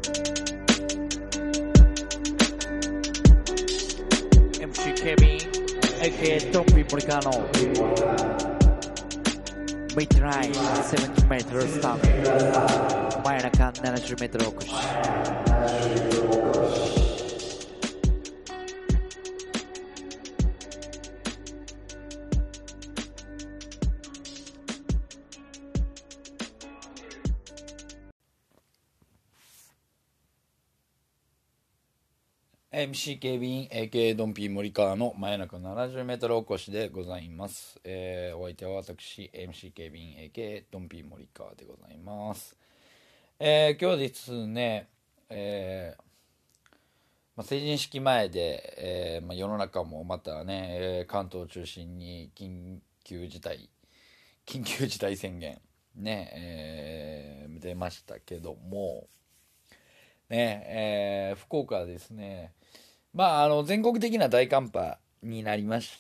MC ケビン aka トンビモリカのミッドナイト 70m スタート真夜中 70m 起こし MC 警備員 AK ドンピー森川の真夜中 70m 起こしでございます。お相手は私 MC 警備員 AK ドンピー森川でございます。今日ですね、成人式前で、世の中もまたね、関東を中心に緊急事態宣言ね、出ましたけどもね、福岡はですね、全国的な大寒波になりまして、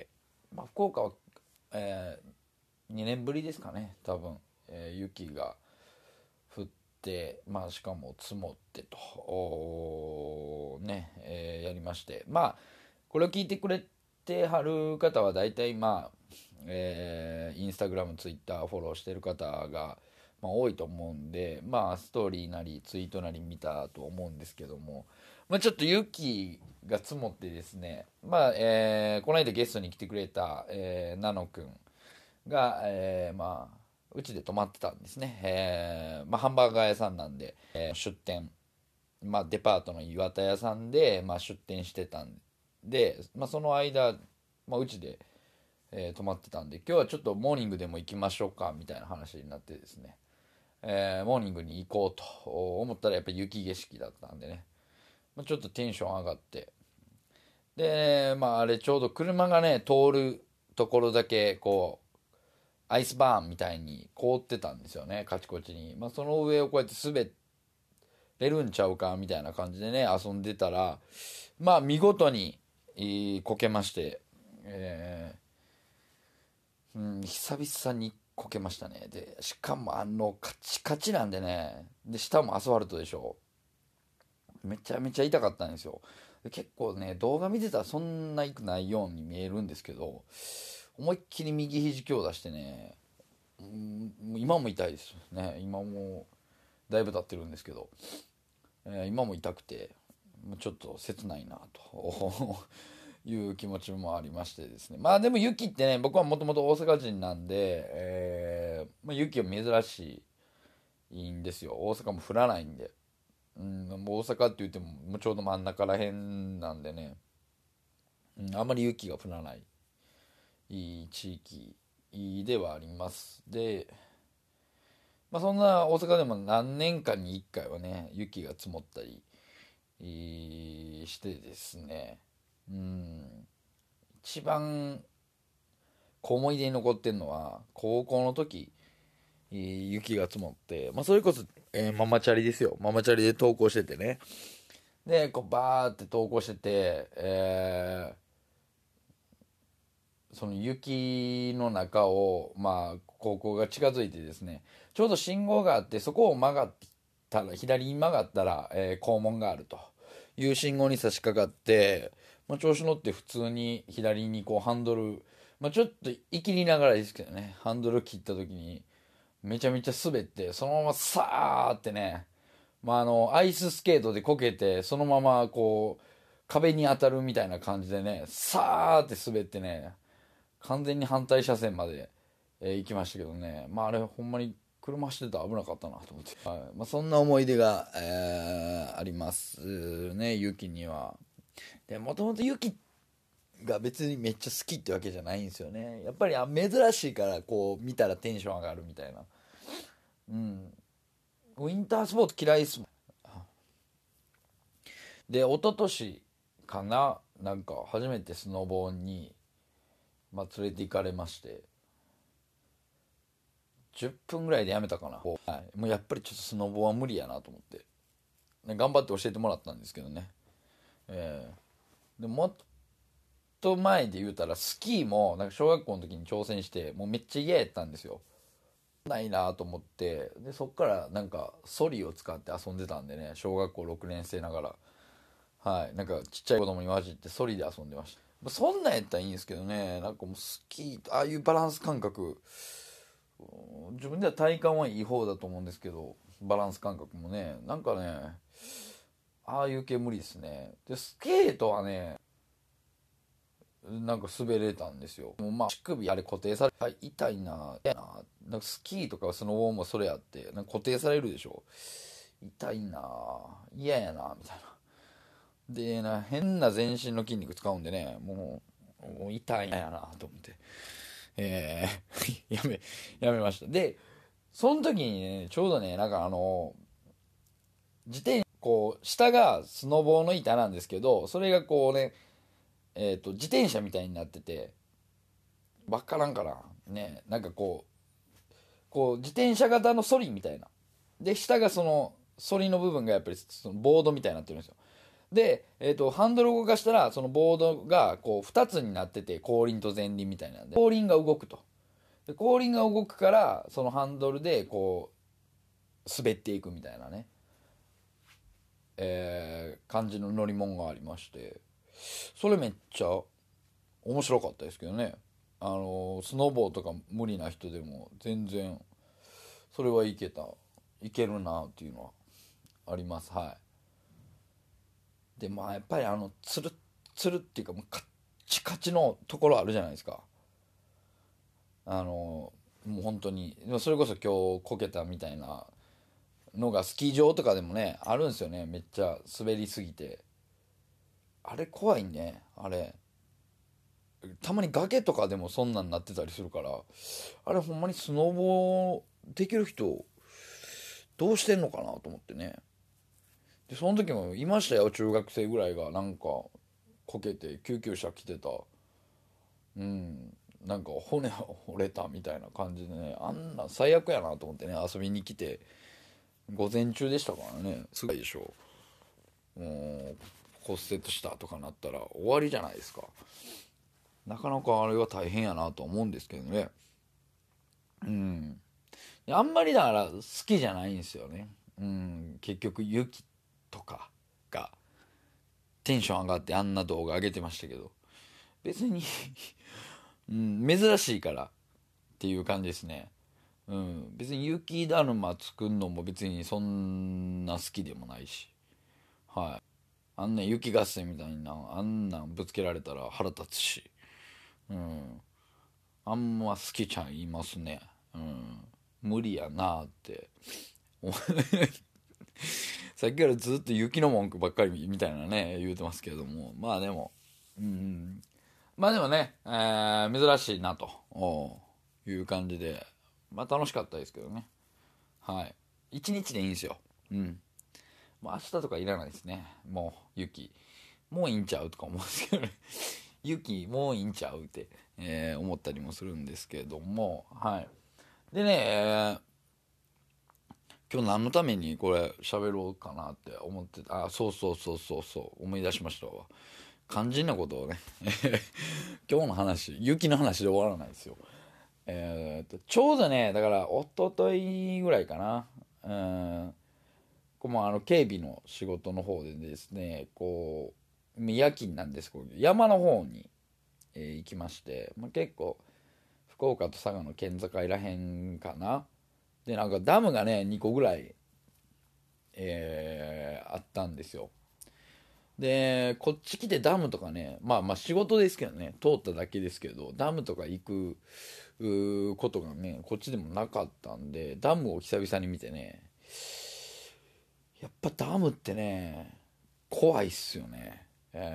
福岡は、2年ぶりですかね、多分、雪が降って、しかも積もってと、やりまして、これを聞いてくれてはる方は大体インスタグラム、ツイッターフォローしてる方が、多いと思うんで、ストーリーなりツイートなり見たと思うんですけども、ちょっと雪が積もってですね、この間ゲストに来てくれた、ナノくんが、うちで泊まってたんですね。ハンバーガー屋さんなんで、出店、デパートの岩田屋さんで、出店してたんで、その間、うちで、泊まってたんで、今日はちょっとモーニングでも行きましょうかみたいな話になってですね、モーニングに行こうと思ったらやっぱり雪景色だったんでね、ちょっとテンション上がって、であれちょうど車がね通るところだけこうアイスバーンみたいに凍ってたんですよね、カチコチに。その上をこうやって滑れるんちゃうかみたいな感じでね遊んでたら、見事にこけまして、久々にこけましたね。でしかもカチカチなんでね、で下もアスファルトでしょ、めちゃめちゃ痛かったんですよ。で結構ね動画見てたらそんな痛くないように見えるんですけど、思いっきり右肘強打してね、今も痛いですね。今もだいぶ経ってるんですけど、今も痛くてちょっと切ないなという気持ちもありましてですね。でも雪ってね、僕はもともと大阪人なんで、雪は珍しいんですよ。大阪も降らないんで、もう大阪って言ってもちょうど真ん中らへんなんでね、あんまり雪が降らないいい地域ではあります。で、そんな大阪でも何年かに1回はね雪が積もったりしてですね、一番思い出に残ってるのは高校の時、雪が積もって、それこそ、ママチャリですよ。ママチャリで登校しててね、でこうバーって登校してて、その雪の中を高校が近づいてですね、ちょうど信号があって、そこを曲がったら左に曲がったら、校門があるという信号に差し掛かって、調子乗って普通に左にこうハンドル、ちょっといきりながらですけどね、ハンドル切った時にめちゃめちゃ滑って、そのままさーってね、アイススケートでこけて、そのままこう壁に当たるみたいな感じでね、さーって滑ってね、完全に反対車線まで、行きましたけどね、あれほんまに車走ってたら危なかったなと思って、そんな思い出が、ありますね、雪には。でもともと雪が別にめっちゃ好きってわけじゃないんですよね。やっぱり珍しいからこう見たらテンション上がるみたいな。ウィンタースポーツ嫌いっすもん。で一昨年かな、なんか初めてスノボーに、連れて行かれまして、10分ぐらいでやめたかな、もうやっぱりちょっとスノボは無理やなと思って、頑張って教えてもらったんですけどね、でもっと前で言うたらスキーもなんか小学校の時に挑戦してもうめっちゃ嫌やったんですよ。 ないなと思って、でそっからなんかソリを使って遊んでたんでね、小学校6年生ながら、はい、なんかちっちゃい子供に混じってソリで遊んでました。そんなんやったらいいんですけどね、なんかもうスキー、ああいうバランス感覚、自分では体感はいい方だと思うんですけど、バランス感覚もね、なんかね、ああいう系無理ですね。でスケートはね、なんか滑れたんですよ。もうまあ足首あれ固定され、はい、痛いな、痛いな。なんかスキーとかスノボーもそれやって、なんか固定されるでしょ。痛いな、嫌やな、みたいな。でな、変な全身の筋肉使うんでね、もう痛いなやなと思って、やめました。で、その時にね、ちょうどね、なんか自転こう、下がスノボーの板なんですけど、それがこうね、自転車みたいになってて、わからんからね、なんかこう自転車型のソリみたいな。で、下がその、ソリの部分がやっぱりそのボードみたいになってるんですよ。で、ハンドルを動かしたら、そのボードがこう2つになってて、後輪と前輪みたいなんで、後輪が動くと。で、後輪が動くから、そのハンドルでこう、滑っていくみたいなね、感じの乗り物がありまして、それめっちゃ面白かったですけどね。スノボーとか無理な人でも全然、それいけるなっていうのはあります。はい。で、まあやっぱりつるっていうかもうカッチカチのところあるじゃないですか。もう本当に、それこそ今日こけたみたいなのがスキー場とかでもね、あるんですよね。めっちゃ滑りすぎて。あれ怖いね、あれ。たまに崖とかでもそんなんなってたりするから、あれほんまにスノボできる人、どうしてんのかなと思ってね。で、その時もいましたよ、中学生ぐらいがなんかこけて救急車来てた。うん。なんか骨折れたみたいな感じでね、あんな最悪やなと思ってね、遊びに来て、午前中でしたからね、すごいでしょ。もう骨折したとかなったら終わりじゃないですか。なかなかあれは大変やなと思うんですけどね。うん。あんまりだから好きじゃないんですよね。うん。結局雪とかがテンション上がってあんな動画上げてましたけど、別にうん、珍しいからっていう感じですね。うん。別に雪だるま作るのも別にそんな好きでもないし。はい。あんな雪合戦みたいな、あんなんぶつけられたら腹立つし。うん。あんま好きちゃんいますね。うん。無理やなってさっきからずっと雪の文句ばっかりみたいなね言うてますけれども、まあでも、うん、まあでもね、珍しいなという感じで、まあ楽しかったですけどね。はい。一日でいいんですよ。うん。もう明日とかいらないですね。もう雪。もういいんちゃうとか思うんですけどね。雪もういいんちゃうって、思ったりもするんですけれども、はい。でね、今日何のためにこれ喋ろうかなって思ってた。あ、そう思い出しましたわ。肝心なことをね今日の話、雪の話で終わらないですよ。ちょうどね、だから一昨日ぐらいかな。こうも警備の仕事の方でですね、こう夜勤なんですけど、山の方に、行きまして、まあ、結構福岡と佐賀の県境らへんかな。で、なんかダムがね2個ぐらい、あったんですよ。で、こっち来てダムとかね、まあまあ仕事ですけどね、通っただけですけど、ダムとか行くことがね、こっちでもなかったんで、ダムを久々に見てね、やっぱダムってね、怖いっすよね。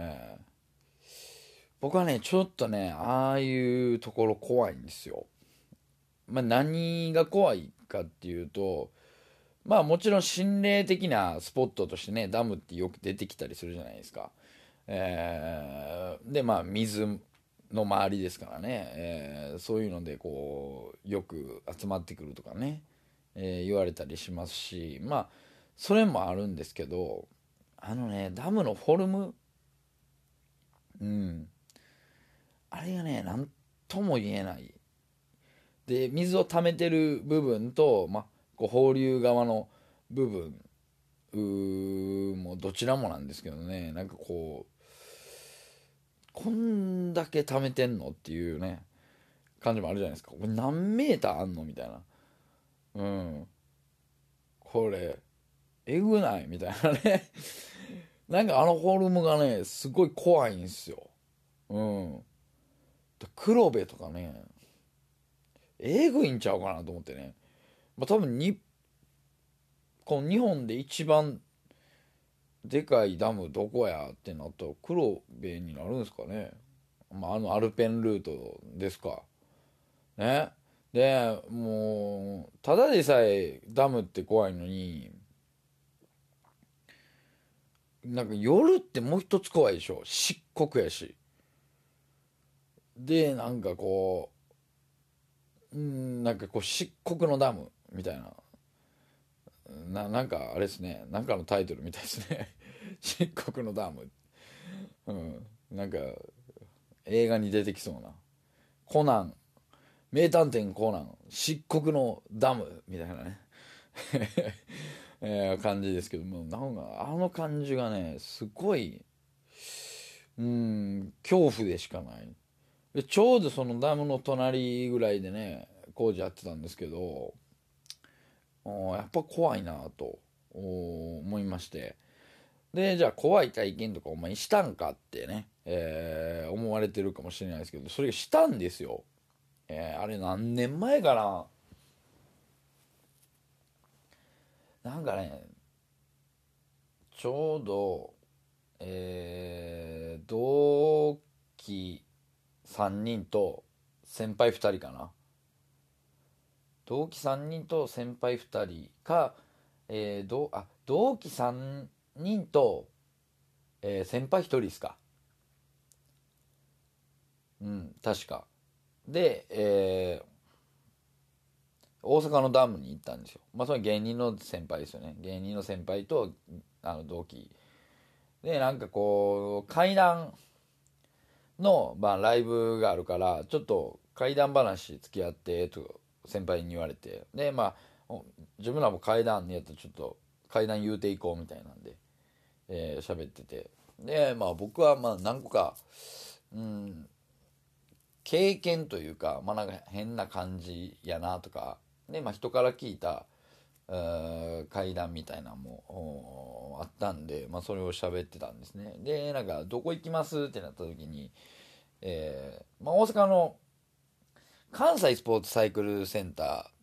僕はね、ちょっとね、ああいうところ怖いんですよ。まあ何が怖いかっていうと、まあもちろん心霊的なスポットとしてね、ダムってよく出てきたりするじゃないですか。で、まあ水の周りですからね、そういうのでこう、よく集まってくるとかね、言われたりしますし、まあ、それもあるんですけど、ダムのフォルム、うん、あれがね、なんとも言えない。 で水を溜めてる部分と、こう放流側の部分もどちらもなんですけどね、なんかこんだけ溜めてんのっていうね感じもあるじゃないですか。これ何メーターあんのみたいな。これえぐないみたいなね。なんかあのフォルムがねすごい怖いんですよ。黒部とかねえぐいんちゃうかなと思ってね。多分この日本で一番でかいダムどこやってなったら黒部になるんですかね。アルペンルートですかね。でもうただでさえダムって怖いのに、なんか夜ってもう一つ怖いでしょ。漆黒やし。でなんかこうなんかこう漆黒のダムみたいな、なんかあれですね、なんかのタイトルみたいですね。漆黒のダム。なんか映画に出てきそうなコナン、名探偵コナン漆黒のダムみたいなね。感じですけども、なんかあの感じがねすごい恐怖でしかない。でちょうどそのダムの隣ぐらいでね工事やってたんですけど、やっぱ怖いなと思いまして、でじゃあ怖い体験とかお前したんかってね、思われてるかもしれないですけど、それしたんですよ。あれ何年前かな。なんかねちょうど同期3人と先輩2人かな。同期3人と先輩2人か、同期3人と、先輩1人ですか。確か。で、大阪のダムに行ったんですよ。それは芸人の先輩ですよね。芸人の先輩と同期で、なんかこう階段の、ライブがあるからちょっと怪談話付き合ってと先輩に言われて、で自分らも怪談にやったらちょっと怪談言うていこうみたいなんで喋ってて、で僕は何個か経験というか、なんか変な感じやなとかで、人から聞いた怪談みたいなのもあったんで、それを喋ってたんですね。でなんかどこ行きますってなった時に、大阪の関西スポーツサイクルセンターって、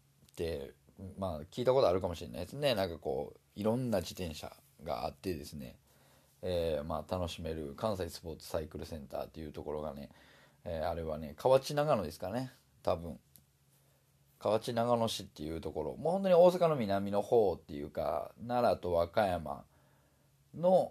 聞いたことあるかもしれないですね。なんかこういろんな自転車があってですね、楽しめる関西スポーツサイクルセンターっていうところがね、あれはね河内長野ですかね、多分河内長野市っていうところ、もう本当に大阪の南の方っていうか奈良と和歌山の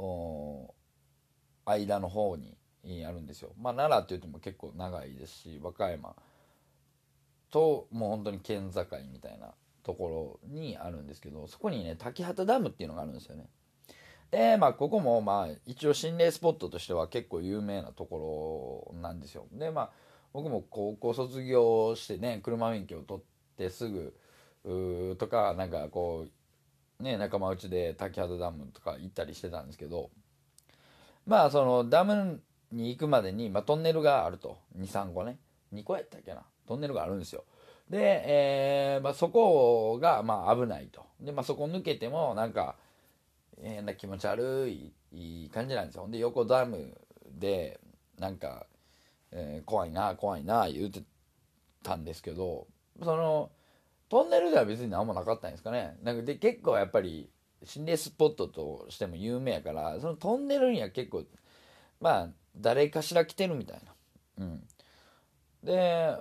間の方にあるんですよ。奈良って言っても結構長いですし、和歌山ともう本当に県境みたいなところにあるんですけど、そこにね滝畑ダムっていうのがあるんですよね。でここも一応心霊スポットとしては結構有名なところなんですよ。で僕も高校卒業してね車免許を取ってすぐとかなんかこうね仲間内で滝畑ダムとか行ったりしてたんですけど、そのダムに行くまでに、トンネルがあると23個ね、2個やったっけな、トンネルがあるんですよ。で、そこが危ないと。で、そこ抜けてもなんか変な気持ち悪い感じなんですよ。で横ダムでなんか、怖いな怖いな言うてたんですけど、そのトンネルでは別に何もなかったんですかね。なんかで結構やっぱり心霊スポットとしても有名やから、そのトンネルには結構誰かしら来てるみたいな。で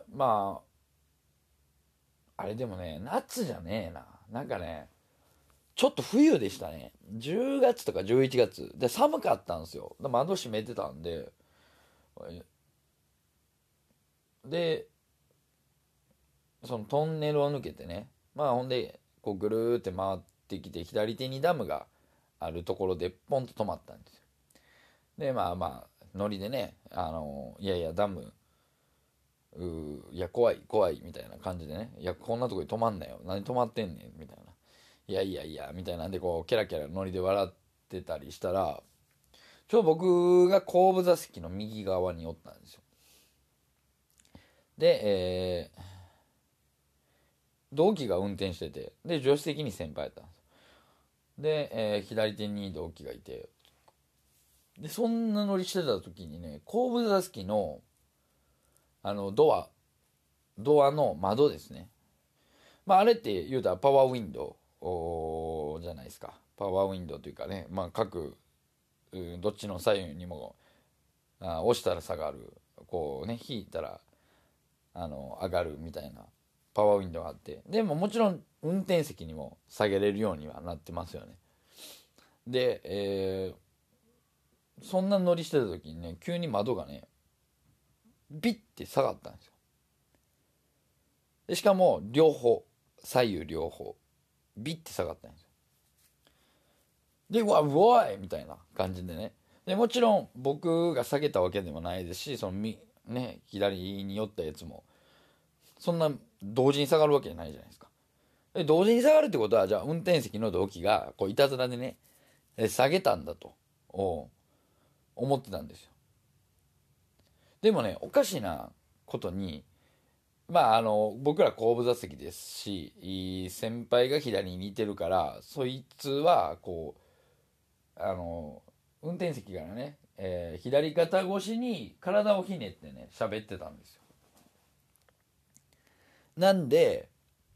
あれでもね夏じゃねえな、なんかねちょっと冬でしたね。10月とか11月で寒かったんですよ。で窓閉めてたんでそのトンネルを抜けてね、ほんでこうぐるーって回ってきて左手にダムがあるところでポンと止まったんですよ。でノリでねいやいやダムいや怖い怖いみたいな感じでね、いやこんなとこに止まんなよ、何止まってんねんみたいな、いやいやいやみたいなんでこうキャラキャラノリで笑ってたりしたら、僕が後部座席の右側におったんですよ。で、同期が運転してて、で助手席に先輩やったんですよ。で、左手に同期がいて、でそんな乗りしてた時にね、後部座席のドアの窓ですね。まああれって言うたらパワーウィンドウじゃないですか。パワーウィンドウというかね、まあ各どっちの左右にも押したら下がる、こうね引いたら上がるみたいなパワーウィンドウがあって、でももちろん運転席にも下げれるようにはなってますよね。で、そんな乗りしてた時にね、急に窓がねビッて下がったんですよ。でしかも両方、左右両方ビッて下がったんですよ。でうわうわいみたいな感じでね、でもちろん僕が下げたわけでもないですし、そのね左に寄ったやつもそんな同時に下がるわけじゃないじゃないですか。で同時に下がるってことは、じゃあ運転席の同期がこういたずらでね下げたんだと思ってたんですよ。でもね、おかしなことに、まあ僕ら後部座席ですし、先輩が左にいてるから、そいつはこう運転席からね、左肩越しに体をひねってね喋ってたんですよ。なんで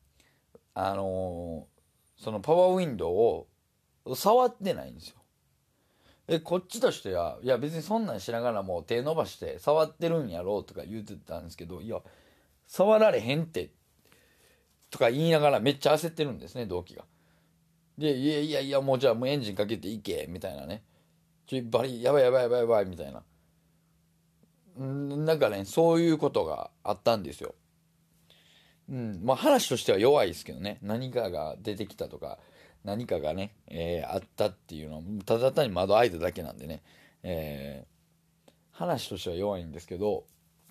そのパワーウィンドウを触ってないんですよ。こっちとしては、いや別にそんなんしながらもう手伸ばして触ってるんやろうとか言ってたんですけど、いや触られへんってとか言いながらめっちゃ焦ってるんですね、同期が。で、いやいやいや、もうじゃあもうエンジンかけていけみたいなね、バリやばいやばいやばいやばいみたいな、なんかね、そういうことがあったんですよ。まあ話としては弱いですけどね、何かが出てきたとか何かがね、あったっていうのはただ単に窓開いただけなんでね、話としては弱いんですけど、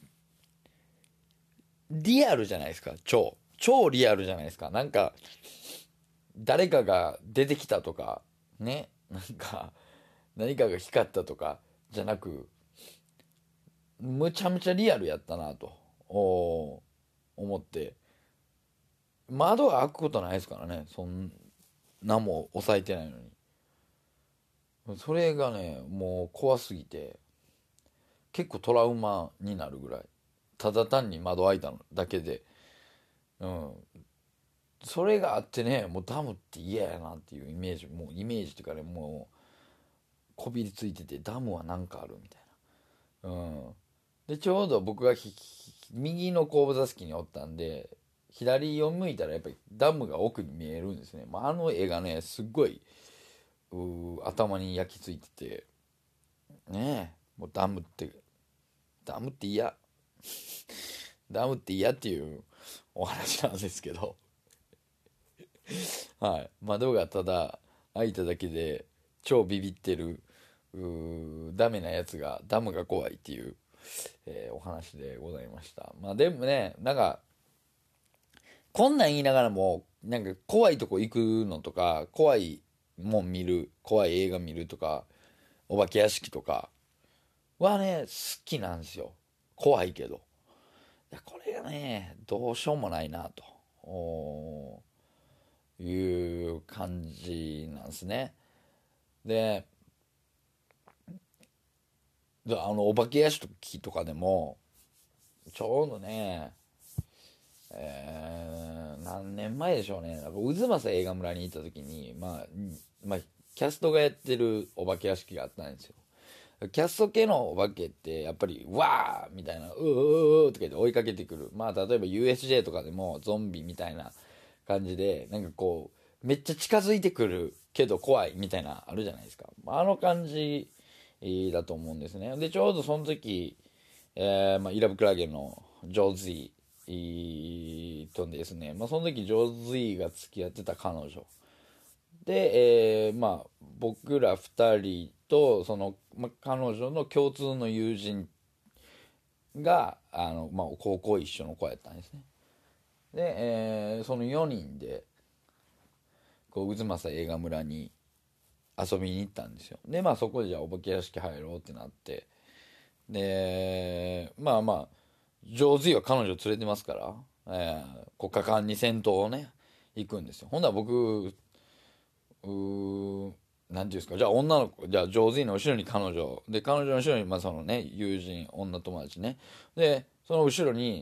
リアルじゃないですか。超リアルじゃないですか。なんか誰かが出てきたとかね、なんか何かが光ったとかじゃなく、むちゃむちゃリアルやったなと思って。窓が開くことないですからね、そんなも抑えてないのに。それがねもう怖すぎて、結構トラウマになるぐらい、ただ単に窓開いたのだけで、うん、それがあってね、もうダムって嫌やなっていうイメージ、もうイメージっていうかね、もうこびりついてて、ダムはなんかあるみたいな。でちょうど僕が右の後部座席におったんで、左を向いたらやっぱりダムが奥に見えるんですね。あの絵がねすっごい頭に焼き付いててね、もうダムって嫌ダムって嫌っていうお話なんですけど、はい、窓がただ開いただけで超ビビってるダメなやつがダムが怖いっていう、お話でございました。まあでもね、なんかこんなん言いながらも、なんか怖いとこ行くのとか、怖いもん見る、怖い映画見るとか、お化け屋敷とかはね好きなんですよ。怖いけど、いやこれがねどうしようもないなという感じなんですね。でお化け屋敷とかでもちょうどね、何年前でしょうね、なんか渦政映画村に行った時に、まあキャストがやってるお化け屋敷があったんですよ。キャスト系のお化けってやっぱりわーみたいな、うーとか言って追いかけてくる、まあ例えば USJ とかでもゾンビみたいな感じで、なんかこうめっちゃ近づいてくるけど怖いみたいなあるじゃないですか。あの感じだと思うんですね。でちょうどその時、イラブクラゲのジョーズイとですね、その時ジョーズイが付き合ってた彼女で、僕ら2人とその、彼女の共通の友人が高校一緒の子やったんですね。で、その4人でこう渦政映画村に遊びに行ったんですよ。でそこでじゃあお化け屋敷入ろうってなって、で上手は彼女連れてますから、国家間に戦闘をね行くんですよ。ほんなら僕なんていうんですか、じゃあ女の子、じゃあ上手の後ろに彼女で、彼女の後ろにそのね友人、女友達ね、でその後ろに、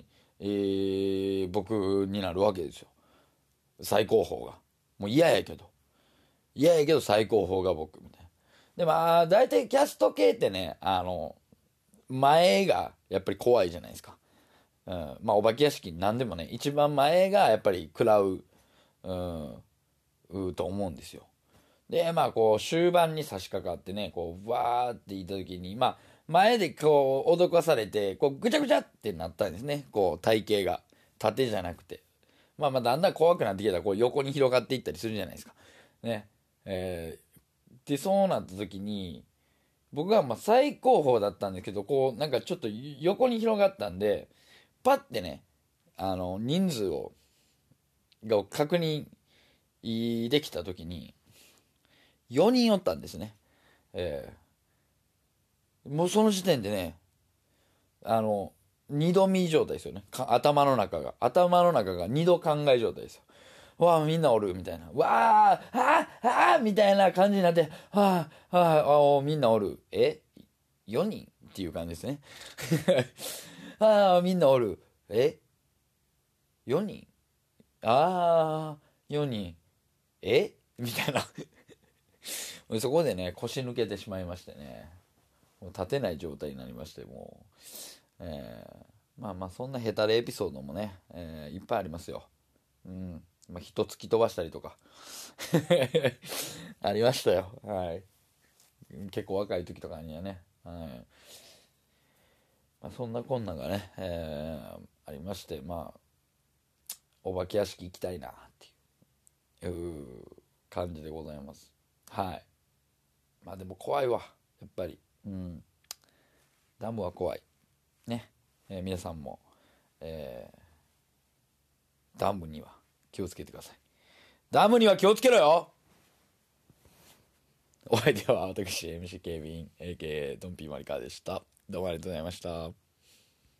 僕になるわけですよ、最高峰が。もう嫌やけど最高峰が僕みたいな。で大体キャスト系ってね、前がやっぱり怖いじゃないですか。お化け屋敷なんでもね、一番前がやっぱり食らう、と思うんですよ。でこう終盤に差し掛かってね、こうわーっていった時に前でこう脅かされてこうぐちゃぐちゃってなったんですね。こう体型が縦じゃなくて、だんだん怖くなってきたらこう横に広がっていったりするじゃないですかね。でそうなった時に僕は最高峰だったんですけど、こうなんかちょっと横に広がったんで、パッてね人数が確認できた時に4人おったんですね。もうその時点でね、二度見状態ですよね。頭の中が二度考え状態ですよ。わあみんなおるみたいな、わああみたいな感じになって、みんなおる、4人っていう感じですね。みんなおる、4人、4人、みたいな。そこでね腰抜けてしまいましてね、もう立てない状態になりまして、もう、そんなヘタレエピソードもね、いっぱいありますよ。一突き飛ばしたりとかありましたよ。はい。結構若い時とかにはね、はい。そんなこんながね、ありまして、お化け屋敷行きたいなっていう感じでございます。はい。でも怖いわ、やっぱり。ダムは怖いね。皆さんも、ダムには気をつけてください。ダムには気をつけろよ。お相手は私 MC 警備員 AK ドンピーマリカでした。どうもありがとうございました。